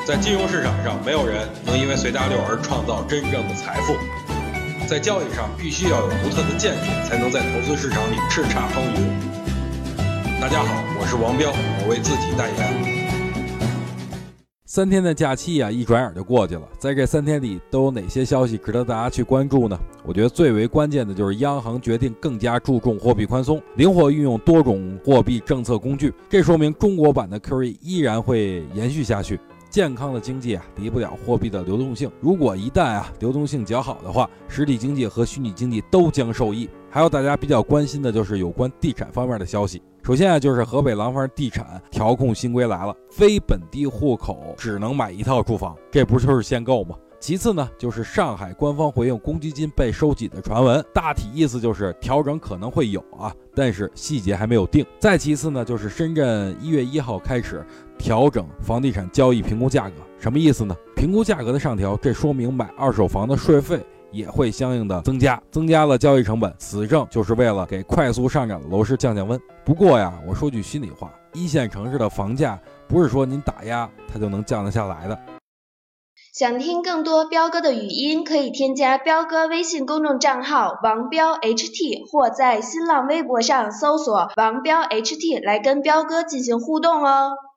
在金融市场上，没有人能因为随大流而创造真正的财富。在交易上，必须要有独特的见解，才能在投资市场里叱咤风云。大家好，我是王彪，我为自己代言。 3天的假期啊，一转眼就过去了。在这3天里，都有哪些消息值得大家去关注呢？我觉得最为关键的就是央行决定更加注重货币宽松，灵活运用多种货币政策工具。这说明中国版的 QE 依然会延续下去。健康的经济啊，离不了货币的流动性。如果一旦流动性较好的话，实体经济和虚拟经济都将受益。还有大家比较关心的就是有关地产方面的消息。首先就是河北廊坊地产调控新规来了，非本地户口只能买1套住房，这不就是限购吗？其次呢，就是上海官方回应公积金被收紧的传闻，大体意思就是调整可能会有但是细节还没有定。再其次呢，就是深圳1月1号开始调整房地产交易评估价格，什么意思呢？评估价格的上调，这说明买二手房的税费也会相应的增加了交易成本，此正就是为了给快速上涨的楼市降温。不过我说句心里话，1线城市的房价不是说您打压它就能降得下来的。 想听更多彪哥的语音，可以添加彪哥微信公众账号王彪 HT， 或在新浪微博上搜索王彪 HT 来跟彪哥进行互动哦。